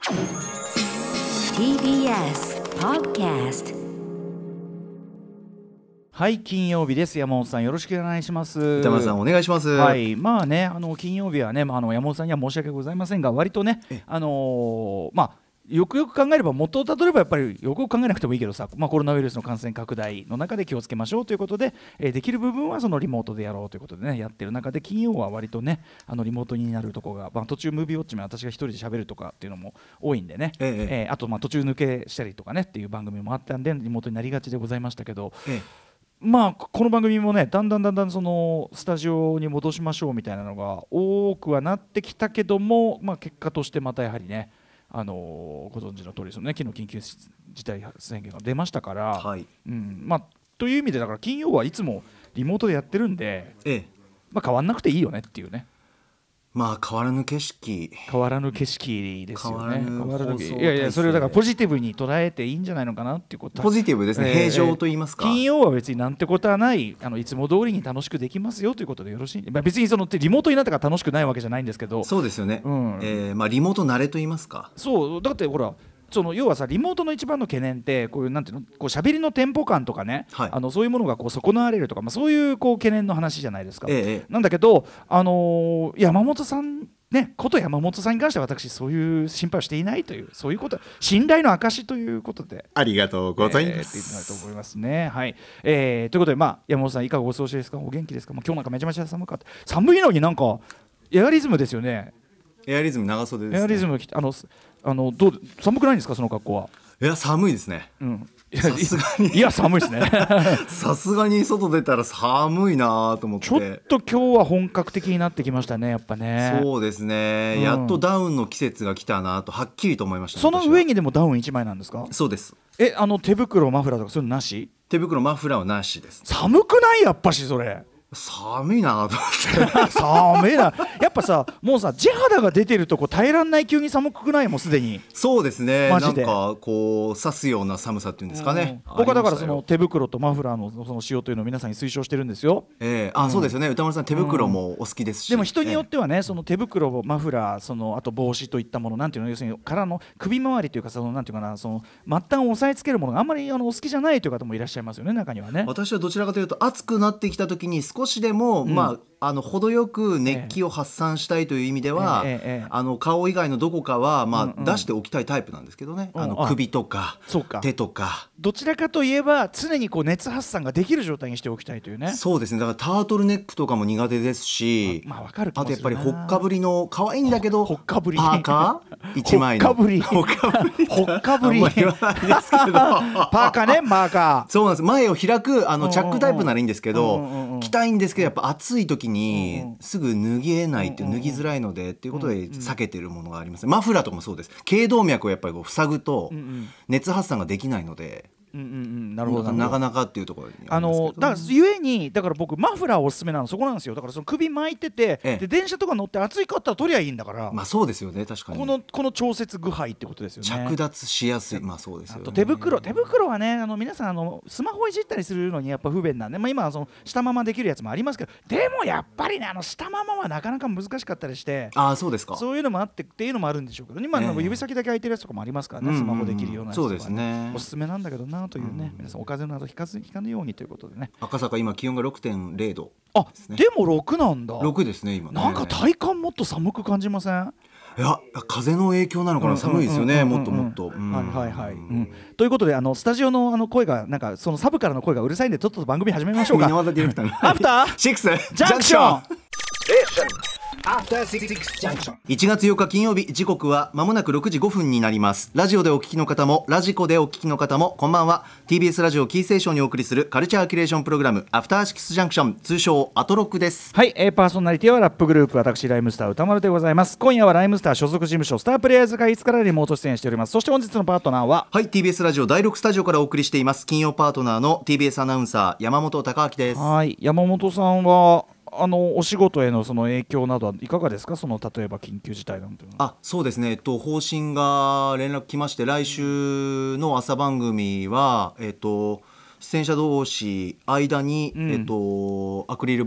TBS Podcast。 はい、金曜日です。山本さんよろしくお願いします。 歌丸さんお願いします。 はい、まあね、金曜日はね、山本さんには申し訳ございませんが、割とね、よくよく考えれば元をたどればやっぱりよくよく考えなくてもいいけどさ、コロナウイルスの感染拡大の中で気をつけましょうということで、できる部分はそのリモートでやろうということでねやってる中で、金曜は割とねリモートになるところが、途中ムービーウォッチも私が一人で喋るとかっていうのも多いんでね、あと途中抜けしたりとかねっていう番組もあったんでリモートになりがちでございましたけど、この番組もねだんだんそのスタジオに戻しましょうみたいなのが多くはなってきたけども、結果としてまたやはりねご存知の通りですよね、昨日緊急事態宣言が出ましたから、という意味でだから金曜はいつもリモートでやってるんで、変わんなくていいよねっていうね。 変わらぬ景色ですよね。 変わらぬいやそれをだからポジティブに捉えていいんじゃないのかなっていうこと。 ポジティブですね、平常と言いますか。 金曜は別になんてことはない、いつも通りに楽しくできますよということでよろしい。別にそのリモートになったから楽しくないわけじゃないんですけど。 そうですよね、リモート慣れと言いますか。 そうだってほら要はさ、リモートの一番の懸念ってこういうなんていうの、こう喋りのテンポ感とかね、そういうものがこう損なわれるとか、そういうこう懸念の話じゃないですか。なんだけど、山本さんね、こと山本さんに関しては私そういう心配をしていないという、そういうこと信頼の証ということでありがとうございます、 っていうのだと思いますね。はい、ということで、山本さんいかがお過ごしですか。お元気ですか。今日なんかめちゃめちゃ寒かった。寒いのになんかエアリズムですよね。 エアリズム長袖ですね。 エアリズム着てどう寒くないんですかその格好は。 いや寒いですね、さすがにいや寒いですねさすがに外出たら寒いなと思って。 ちょっと今日は本格的になってきましたね、やっぱね。 そうですね、やっとダウンの季節が来たなとはっきりと思いました、ね、 その上にでもダウン1枚なんですか。 そうです。 手袋マフラーとかそういうのなし。 手袋マフラーはなしです。 寒くないやっぱしそれ。 寒いなと思って寒いなやっぱさ、もうさ地肌が出てるとこ耐えらんない、急に寒くない。もうすでに。そうですね、なんかこう刺すような寒さっていうんですかね。 僕はだからその手袋とマフラーのその使用というのを皆さんに推奨してるんですよ。 そうですよね。歌丸さん手袋もお好きですし、 でも人によってはね、その手袋マフラーあと帽子といったもの、なんていうの、要するにからの首周りというか、なんていうかな、その末端を押さえつけるものがあんまりお好きじゃないという方もいらっしゃいますよね、中にはね。 私はどちらかというと暑くなってきた時に少しでも、程よく熱気を発散したいという意味では、顔以外のどこかは、出しておきたいタイプなんですけどね、首とか手とか。 どちらかといえば常にこう熱発散ができる状態にしておきたいというね。 そうですね、だからタートルネックとかも苦手ですし、 わかる。 あとやっぱりほっかぶりの可愛いんだけどほっかぶりパーカー1枚のほっかぶりほっかぶりあんまり言わないですけどパーカーね、マーカー。 そうなんです。前を開くチャックタイプならいいんですけど、着たいんですけどやっぱ暑い時にすぐ脱げないっていう、脱ぎづらいのでっていうことで避けてるものがあります。マフラーとかもそうです。頸動脈をやっぱりこう塞ぐと熱発散ができないので、 なるほどなかなかっていうところにありますけど、 だからゆえにだから僕マフラーおすすめなのそこなんですよ。だからその首巻いてて、で電車とか乗って暑いかったら取りゃいいんだから。 そうですよね、確かにこの調節具合ってことですよね。 着脱しやすい。そうですよね。 あと手袋はね、皆さんスマホいじったりするのにやっぱ不便なんで、今はそのしたままできるやつもありますけど、でもやっぱりねしたままはなかなか難しかったりして。 そうですか。 そういうのもあってっていうのもあるんでしょうけど、今指先だけ開いてるやつとかもありますからね、スマホできるようなやつとか、 そうですね、 おすすめなんだけどなというね、皆さんお風邪などひかぬようにということでね。 赤坂今気温が 6.0 度ですね。 でも6なんだ。 6ですね今ね。 なんか体感もっと寒く感じません？ いや風の影響なのかな。寒いですよね、もっともっと。 ということでスタジオの声がなんかそのサブからの声がうるさいんで、ちょっと番組始めましょうか。 箕輪田ディレクターのアフターシックスジャンクション。 1月8日金曜日、時刻は間もなく6時5分になります。ラジオでお聞きの方もラジコでお聞きの方もこんばんは。 TBS ラジオキーステーションにお送りするカルチャーキュレーションプログラム、アフターシックスジャンクション、通称アトロクです。 はい、パーソナリティはラップグループ、私ライムスター歌丸でございます。今夜はライムスター所属事務所スタープレイヤーズ会議室からリモート出演しております。そして本日のパートナーは、 はい、 TBS ラジオ第6スタジオからお送りしています金曜パートナーの TBS アナウンサー山本貴明です。 はい、山本さんはお仕事へのその影響などはいかがですか。例えば緊急事態なんていうのは。 そうですね、方針が連絡来まして、来週の朝番組は出演者同士間に、アクリル板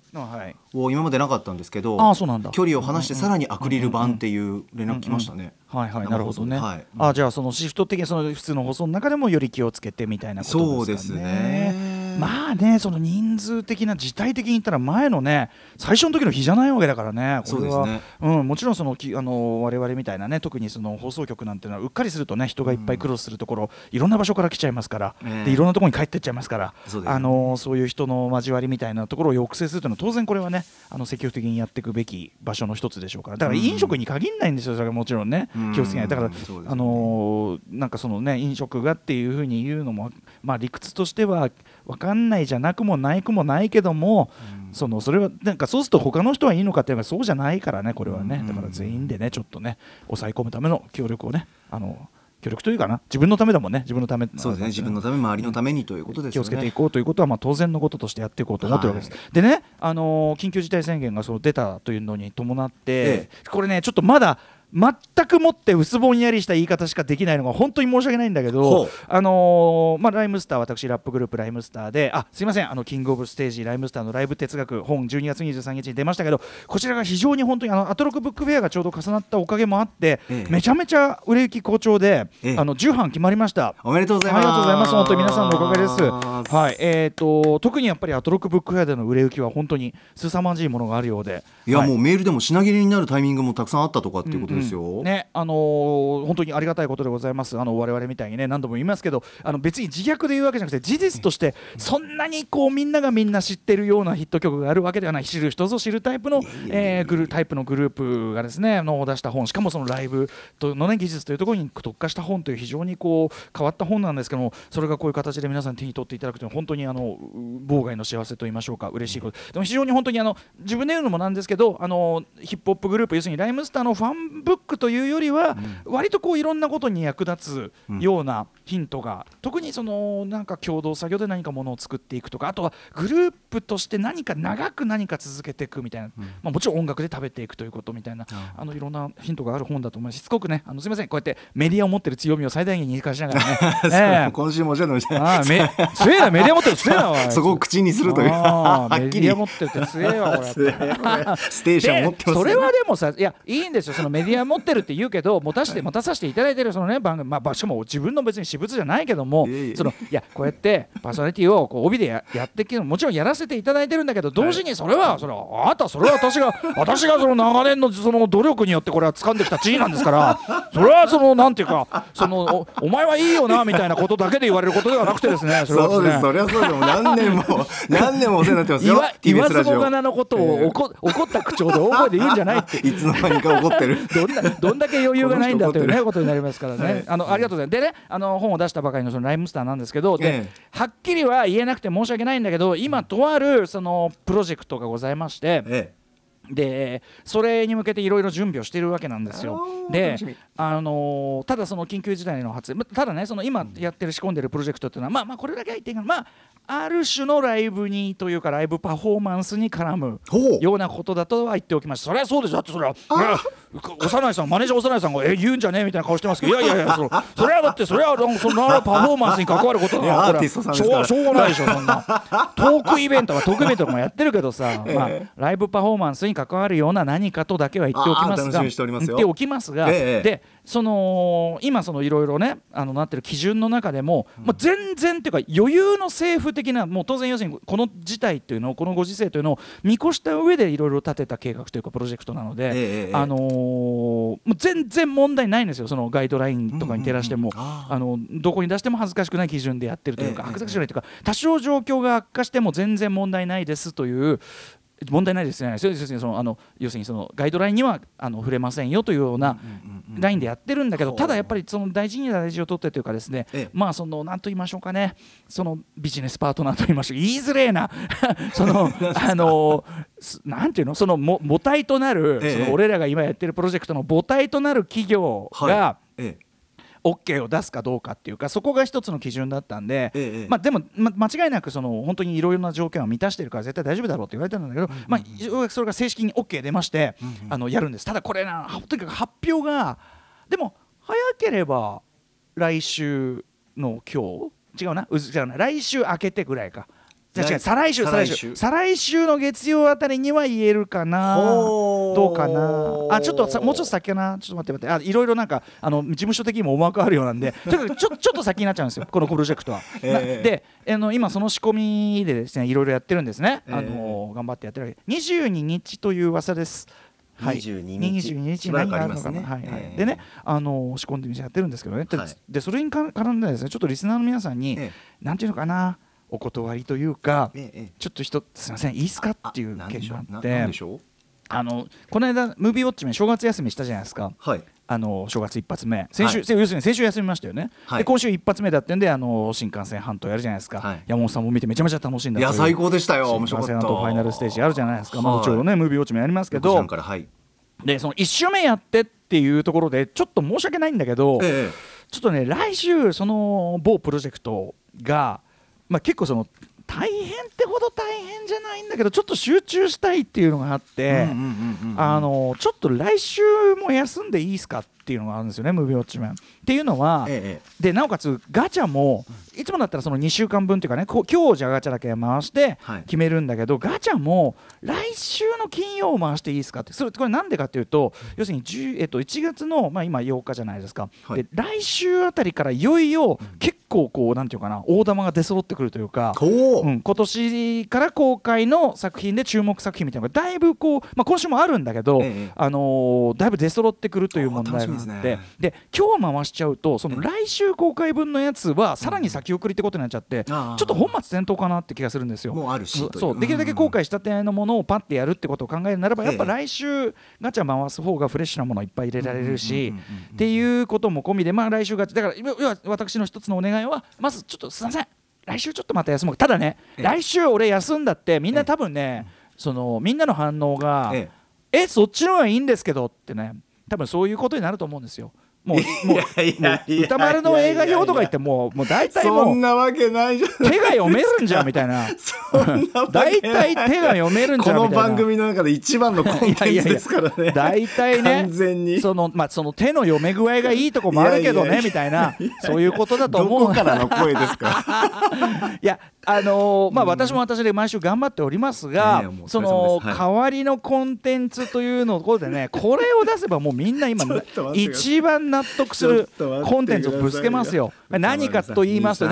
を今までなかったんですけど、 そうなんだ。 距離を離してさらにアクリル板っていう連絡来ましたね。 はいはい、なるほどね。 はい、 じゃあそのシフト的にその普通の放送の中でもより気をつけてみたいなことですかね。 そうですね。 まあね、その人数的な事態的に言ったら前のね最初の時の日じゃないわけだからね。これはそうですね、もちろんその我々みたいなね、特にその放送局なんていうのはうっかりするとね人がいっぱいクロスするところ、いろんな場所から来ちゃいますから、でいろんなところに帰ってっちゃいますから、そういう人の交わりみたいなところを抑制するというのは当然これはね積極的にやっていくべき場所の一つでしょうから。だから飲食に限らないんですよ、それはもちろんね、気をつけない。だからなんかそのね飲食がっていうふうに言うのもまあ理屈としては分かんないじゃなくもないくもないけども、それはなんかそうすると他の人はいいのかっていうのはそうじゃないからね、これはね。だから全員でねちょっとね抑え込むための協力をね協力というかな、自分のためだもんね、自分のため、 そうですね、自分のため周りのためにということですよね。 気をつけていこうということはまあ当然のこととしてやっていこうと思ってるわけです、でね、緊急事態宣言が出たというのに伴って、これねちょっとまだ全くもって薄ぼんやりした言い方しかできないのが本当に申し訳ないんだけど、ライムスター、私ラップグループライムスターですいません、キングオブステージライムスターのライブ哲学本12月23日に出ましたけど、こちらが非常に本当にアトロクブックフェアがちょうど重なったおかげもあって、めちゃめちゃ売れ行き好調で、10版決まりました。 おめでとうございます。 ありがとうございます。本当に皆さんのおかげです。はい、特にやっぱりアトロクブックフェアでの売れ行きは本当に凄まじいものがあるようで、 いや、もうメールでも品切れになるタイミングもたくさんあったとかっていうことですよ、 ね、本当にありがたいことでございます。我々みたいにね何度も言いますけど、別に自虐で言うわけじゃなくて事実としてそんなにこうみんながみんな知ってるようなヒット曲があるわけではない、知る人ぞ知るタイプのタイプのグループがですね出した本、しかもそのライブのね技術というところに特化した本という非常にこう変わった本なんですけども、それがこういう形で皆さん手に取っていただくというのは本当に妨害の幸せと言いましょうか、嬉しいことでも非常に本当に自分で言うのもなんですけどヒップホップグループ、要するにライムスターのファンブックというよりは、割とこういろんなことに役立つようなヒントが、特になんか共同作業で何かものを作っていくとか、あとはグループとして何か長く何か続けていくみたいな、もちろん音楽で食べていくということみたいな、いろんなヒントがある本だと思います。しつこくねすいません、こうやってメディアを持ってる強みを最大限に生かしながらね今週もおっしゃるのに強えな、メディア持ってる強えなそこを口にするというメディア持ってるって強えわこれステーション持ってますね。 それはでもさ、いやいいんですよ、そのメディア持ってるって言うけど持たさせていただいてるそのね番組、しかも自分の別に私物じゃないけども、いやこうやってパーソナリティをこう帯でやってきてもちろんやらせていただいてるんだけど、同時にそれはあなたそれは私がその長年のその努力によってこれは掴んできた地位なんですから、それはなんていうかお前はいいよなみたいなことだけで言われることではなくてですね、 そうです、それはそうでも何年もお世話になってますよ。 言わずもがなのことを怒った口調で大声で言うんじゃないっていつの間にか怒ってるどんだけ余裕がないんだというねことになりますからね、ありがとうございます。でね本を出したばかりのそのライムスターなんですけど、はっきりは言えなくて申し訳ないんだけど、今とあるそのプロジェクトがございまして、でそれに向けていろいろ準備をしているわけなんですよ。でただその緊急事態の発生、ただねその今やってる仕込んでるプロジェクトっていうのはこれだけは言っていいかな、ある種のライブにというかライブパフォーマンスに絡むようなことだとは言っておきました。それはそうです、だってそれは幼いさんマネージャー幼いさんが言うんじゃねえみたいな顔してますけど、いやそれはだってそれはそのパフォーマンスに関わることだアーティストさんですからしょうがないでしょそんなトークイベントとかもやってるけどさ、ライブパフォーマンスに関わるような何かとだけは言っておきますが、で今いろいろねなってる基準の中でも、全然っていうか余裕の政府的な、もう当然要するにこの事態っていうのをこのご時世というのを見越した上でいろいろ立てた計画というかプロジェクトなので、もう全然問題ないんですよ。そのガイドラインとかに照らしても、どこに出しても恥ずかしくない基準でやってるというか、恥ずかしくないというか多少状況が悪化しても全然問題ないですという問題ないですね。要するにそのガイドラインには触れませんよというようなラインでやってるんだけど、ただやっぱりその大事を取ってというかですね、何と言いましょうかね、そのビジネスパートナーと言いましょう、言いづれえななんていうの、その母体となる、その俺らが今やってるプロジェクトの母体となる企業が、OK を出すかどうかっていうか、そこが一つの基準だったんで、でも、間違いなく本当にいろいろな条件を満たしているから絶対大丈夫だろうって言われてるんだけど、それが正式に OK 出まして、やるんです。ただこれとにかく発表がでも早ければ来週の今日来週明けてぐらいか違う再来週の月曜あたりには言えるかな。どうかな。ちょっともうちょっと先かな。ちょっと待っていろいろなんか事務所的にも思惑あるようなんでちょっと先になっちゃうんですよこのプロジェクトは。で今その仕込みでですねいろいろやってるんですね。頑張ってやってるわけ。22日という噂です。はい、22日何があるのかな、でね仕込んでみてやってるんですけどね、でそれに絡んでですねちょっとリスナーの皆さんに、なんていうのかなお断りというか、ちょっとすいませんいいですかっていう件があって、この間ムービーウォッチメン正月休みしたじゃないですか。正月一発目要するに先週休みましたよね。で今週一発目だったんで新幹線半島やるじゃないですか。山本さんも見てめちゃめちゃ楽しんだ。いや最高でしたよ。面白かった。 新幹線半島ファイナルステージあるじゃないですか。もちろんねムービーウォッチメンやりますけど、でその1週目やってっていうところでちょっと申し訳ないんだけど、ちょっとね来週その某プロジェクトが、結構その大変ってほど大変じゃないんだけどちょっと集中したいっていうのがあって、ちょっと来週も休んでいいですかっていうのがあるんですよねムービーウォッチメンっていうのは、でなおかつガチャもいつもだったらその2週間分っていうかね今日じゃあガチャだけ回して決めるんだけど、ガチャも来週の金曜回していいですかって。これなんでかっていうと要するに1月の、今8日じゃないですか、で来週あたりからいよいよ結構こうなんていうかな大玉が出揃ってくるというか、今年から公開の作品で注目作品みたいなのがだいぶこう、今週もあるんだけど、だいぶ出揃ってくるという問題があって、で今日回しちゃうとその来週公開分のやつはさらに先送りってことになっちゃって、ちょっと本末転倒かなって気がするんですよ。 もうあるしそうできるだけ公開したてのものをパッてやるってことを考えるならば、やっぱ来週ガチャ回す方がフレッシュなものをいっぱい入れられるしっていうことも込みで、来週ガチャだから私の一つのお願いはまずちょっとすいません来週ちょっとまた休もう。ただね来週俺休んだってみんな多分ねそのみんなの反応がそっちの方がいいんですけどってね多分そういうことになると思うんですよ。もう歌丸の映画表とか言ってもう大体もうそんなわけないじゃん手が読めるんじゃんみたいな大体手が読めるんじゃんみたいな、 この番組の中で一番のコンテンツですからね。 大体ね完全にその手の読め具合がいいとこもあるけどねみたいなそういうことだと思う。 どこからの声ですかいや私も私で毎週頑張っておりますが、その代わりのコンテンツというのでねこれを出せばもうみんな今一番納得するコンテンツをぶつけますよ。何かと言いますと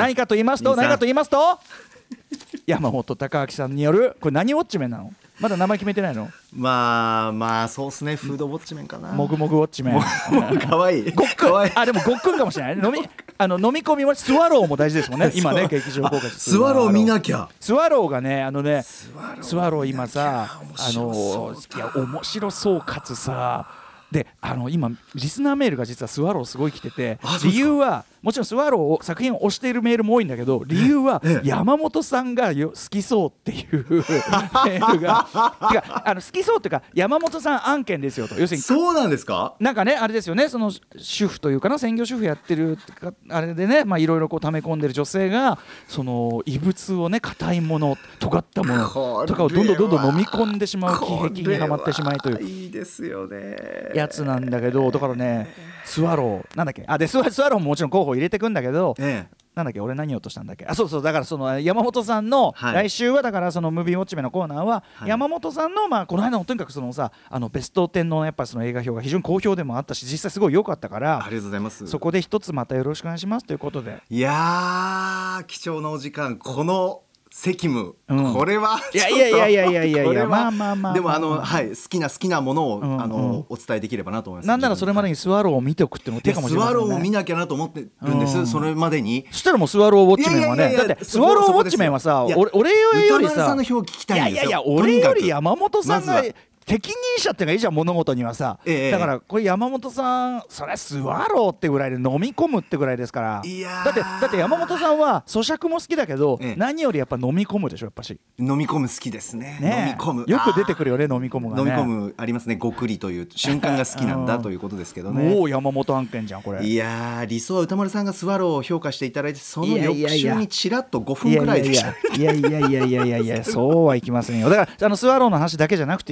山本貴明さんによるこれ何ウォッチメンなの？まだ名前決めてないの？ そうですねフードウォッチメンかな。 もぐもぐウォッチメンかわいいでもごっくんかもしれない飲み込みもスワローも大事ですもんね今ね劇場公開スワロー見なきゃ。 スワローがねスワロー今さいや面白そうかつさで今リスナーメールが実はスワローすごい来てて、理由はもちろんスワローを作品を推しているメールも多いんだけど理由は山本さんが好きそうっていうメールが好きそうっていうか山本さん案件ですよと。要するにそうなんですか。 なんかねあれですよねその主婦というかな専業主婦やってるあれでねいろいろこう溜め込んでる女性がその異物をね硬いもの尖ったものとかをどんどん飲み込んでしまう気癖にはまってしまいといういいですよねやつなんだけど、だからねスワローなんだっけでスワローももちろん候補入れてくんだけど、なんだっけ俺何言おうとしたんだっけそうだからその山本さんの、来週はだからそのムービーウォッチメンのコーナーは、山本さんのこの間のとにかくそのさベスト10のやっぱその映画表が非常に好評でもあったし実際すごい良かったからありがとうございます。そこで一つまたよろしくお願いしますということで。 いや貴重なお時間この責務、これはいやまあでも好きなものを、お伝えできればなと思います。 なんならそれまでにスワローを見ておくっていうのも手かもしれませんね。 スワローを見なきゃなと思ってるんです、それまでに。 そしたらもうスワローウォッチメンはねだってスワローウォッチメンはさ俺よりさ歌丸さんの表聞きたいんですよ。 俺より山本さんが適任者ってのがいいじゃん物事にはさ、だからこれ山本さんそれスワローってぐらいで飲み込むってぐらいですから。だって山本さんは咀嚼も好きだけど、何よりやっぱ飲み込むでしょやっぱし。 飲み込む好きですね。飲み込むよく出てくるよね飲み込むがね。 飲み込むありますね。ごくりという瞬間が好きなんだということですけどね。 もう山本案件じゃんこれ。 いや理想は歌丸さんがスワローを評価していただいてその翌週にちらっと5分くらいでした。 いやそうはいきませんよ。だからスワローの話だけじゃなくていいけど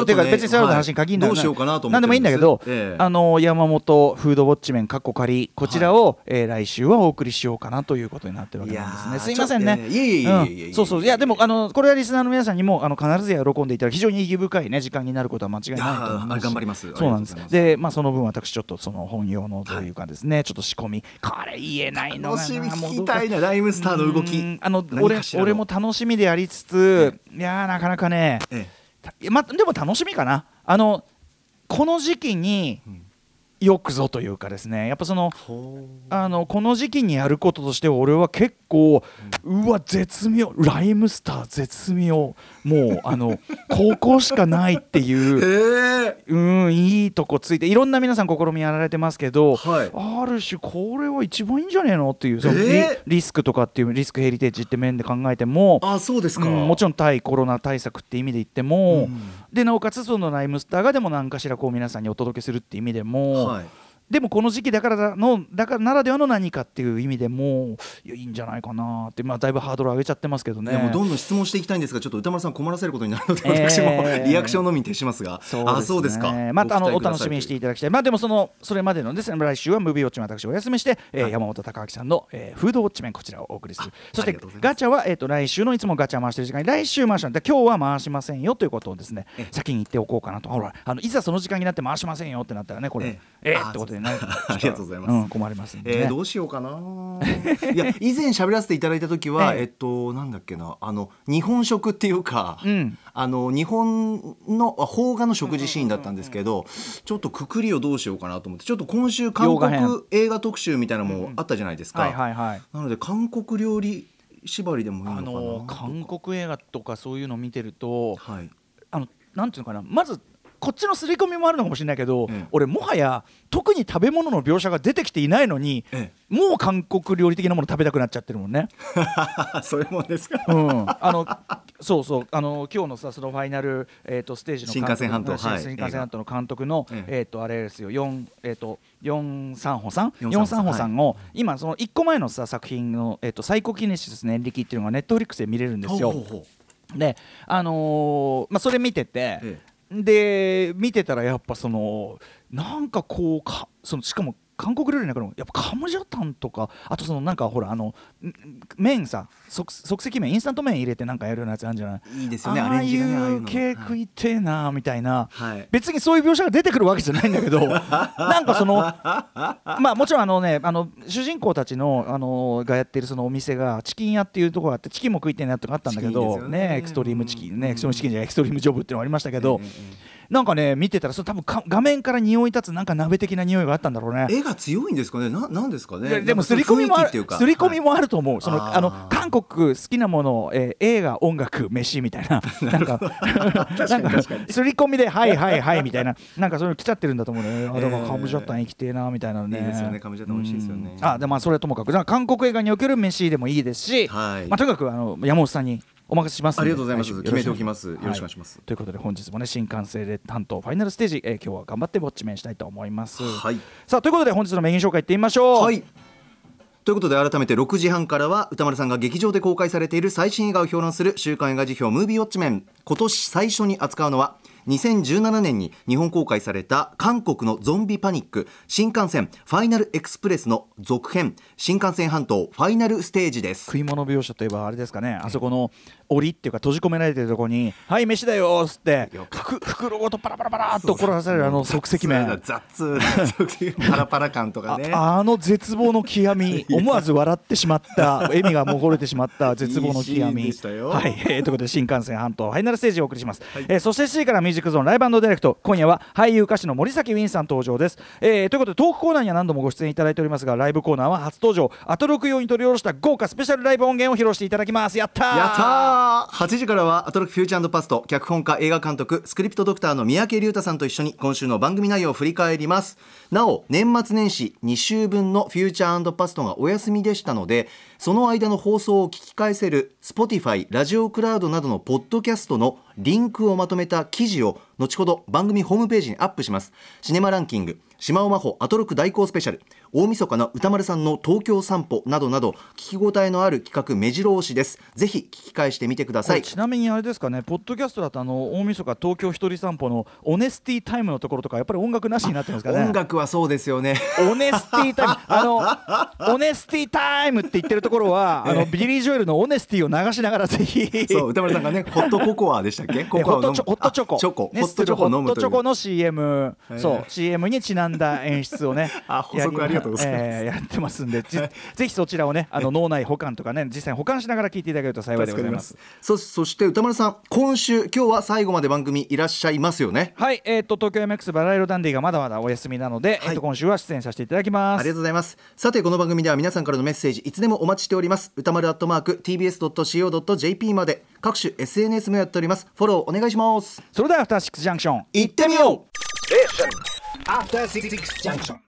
ていうか別にそういう話に限らない、 どうしようかなと思ってなんでもいいんだけど、 ええ山本フードウォッチメンカッコ仮こちらを、来週はお送りしようかなということになってるわけなんですね。すいませんね。そうそう、いやでもこれはリスナーの皆さんにも必ず喜んでいただき非常に意義深いね時間になることは間違いないと思いますし、 頑張ります。 そうなんです。でその分私ちょっとその本用のというかですね、ちょっと仕込みこれ言えないのがな、 楽しみ聞きたいな、ライムスターの動き。 俺も楽しみでやりつつ、いやなかなかね、でも楽しみかな。この時期によくぞというかですね、やっぱこの時期にやることとしては俺は結構、うわ絶妙、ライムスター絶妙、もうここしかないっていういいとこついて、いろんな皆さん試みやられてますけど、ある種これは一番いいんじゃねえのっていう、そのリスクとかっていうリスクヘリテージって面で考えても、 そうですか、 もちろん対コロナ対策って意味で言っても、でなおかつそのライムスターがでも何かしらこう皆さんにお届けするっていう意味でも、でもこの時期だからならではの何かっていう意味でもいいんじゃないかなって、だいぶハードル上げちゃってますけどね。 もうどんどん質問していきたいんですが、ちょっと歌丸さん困らせることになるので、私もリアクションのみに徹しますが、そうですか、 またお楽しみにしていただきたい。でもそれまでのですね、来週はムービーウォッチメン私お休みして、山本貴明さんの、フードウォッチメンこちらをお送りする。そしてガチャは、来週のいつもガチャ回してる時間に来週回しない、今日は回しませんよということをですね、先に言っておこうかなと。ほらいざその時間になって回しませんよってなったらね、これってことでねありがとうございます。 困りますんでね。 どうしようかな。いや以前喋らせていただいた時は、なんだっけな、日本食っていうか、日本の邦画の食事シーンだったんですけど、ちょっとくくりをどうしようかなと思って、ちょっと今週韓国映画特集みたいなのもあったじゃないですか。なので韓国料理縛りでもいいのかな。 韓国映画とかそういうのを見てると、なんていうのかな、まずこっちの刷り込みもあるのかもしれないけど、俺もはや特に食べ物の描写が出てきていないのに、もう韓国料理的なもの食べたくなっちゃってるもんね。 そういうもんですか。 そうそう、今日のさそのファイナル、ステージの新幹線半島の監督の、あれですよ、ヨン・サンホさんを、今その1個前のさ作品の、サイコキネシス年力っていうのがネットフリックスで見れるんですよ。でそれ見てて、で見てたらやっぱなんかこうしかも韓国料理の中のやっぱカムジャタンとか、あとなんかほら麺さ即席麺インスタント麺入れてなんかやるようなやつあるんじゃない。 いいですよね、アレンジがね。 ああいう系食いてえなみたいな、別にそういう描写が出てくるわけじゃないんだけどなんかもちろん主人公たちのがやってるそのお店がチキン屋っていうところがあって、チキンも食いてえなとかあったんだけどね、エクストリームチキンね、エクストリームチキンじゃない、エクストリームジョブっていうのがありましたけど、なんかね見てたら多分画面から匂い立つなんか鍋的な匂いがあったんだろうね。 絵が強いんですかね、なんですかね。 でも刷り込みもあると思う。韓国好きなもの、映画音楽飯みたいななんか刷り込みではいはいはいみたいななんかそういうの来ちゃってるんだと思うね。だからカムジャタン生きてえなみたいなね。 いいですよね、カムジャタン美味しいですよね。 でそれはともかく韓国映画における飯でもいいですし、とにかく山本さんにお任せします。 ありがとうございます。決めておきます。よろしくお願いします。 ということで本日もね新幹線で担当ファイナルステージ、今日は頑張ってウォッチメンしたいと思います。さあということで本日のメイン紹介いってみましょう。 ということで改めて6時半からは歌丸さんが劇場で公開されている最新映画を評論する週刊映画辞表ムービーウォッチメン。今年最初に扱うのは2017年に日本公開された韓国のゾンビパニック新幹線ファイナルエクスプレスの続編新幹線半島ファイナルステージです。 食い物描写といえばあれですかね、あそこの檻っていうか閉じ込められてるところにはい飯だよっつって袋ごとパラパラパラっと殺される即席麺、 雑パラパラ感とかね、 絶望の極み思わず笑ってしまった笑みがもごれてしまった絶望の極みということで新幹線半島ファイナルステージをお送りします。そして7時からミュージックゾーンライブ&ディレクト、今夜は俳優歌手の森崎ウィンさん登場です。ということでトークコーナーには何度もご出演いただいておりますが、ライブコーナーは初登場、アトロク用に取り下ろした豪華スペシャルライブ音源を披露していただきます。やったー。 8時からはアトロクフューチャー&パスト脚本家映画監督スクリプトドクターの三宅龍太さんと一緒に今週の番組内容を振り返ります。なお年末年始2週分のフューチャー&パストがお休みでしたので、その間の放送を聞き返せる Spotify、ラジオクラウドなどのポッドキャストのリンクをまとめた記事を後ほど番組ホームページにアップします。シネマランキング、島尾真帆アトロク大行スペシャル、大晦日の歌丸さんの東京散歩などなど聞き応えのある企画目白押しです。ぜひ聞き返してみてください。 ちなみにあれですかね、ポッドキャストだと大晦日東京一人散歩のオネスティタイムのところとかやっぱり音楽なしになってますかね。 音楽はそうですよね。 オネスティタイムオネスティタイムって言ってるところはビリー・ジョエルのオネスティを流しながらぜひそう歌丸さんがねホットココアでしたっけ、 ホットチョコネステルホットチョコの CM、そう CM にちなんだ演出をね補足ありがとうございます、 やってますんでぜひそちらをね脳内保管とかね実際に保管しながら聞いていただけると幸いでございます。 そして歌丸さん今日は最後まで番組いらっしゃいますよね。 はい、東京 MX バラ色ダンディがまだまだお休みなので、今週は出演させていただきます。 ありがとうございます。さてこの番組では皆さんからのメッセージいつでもお待ちしております。歌丸@tbs.co.jp まで各種 SNS もやっております。フォローお願いします。 それではアフターシックスジャンクション行ってみよう。 After 66 junction.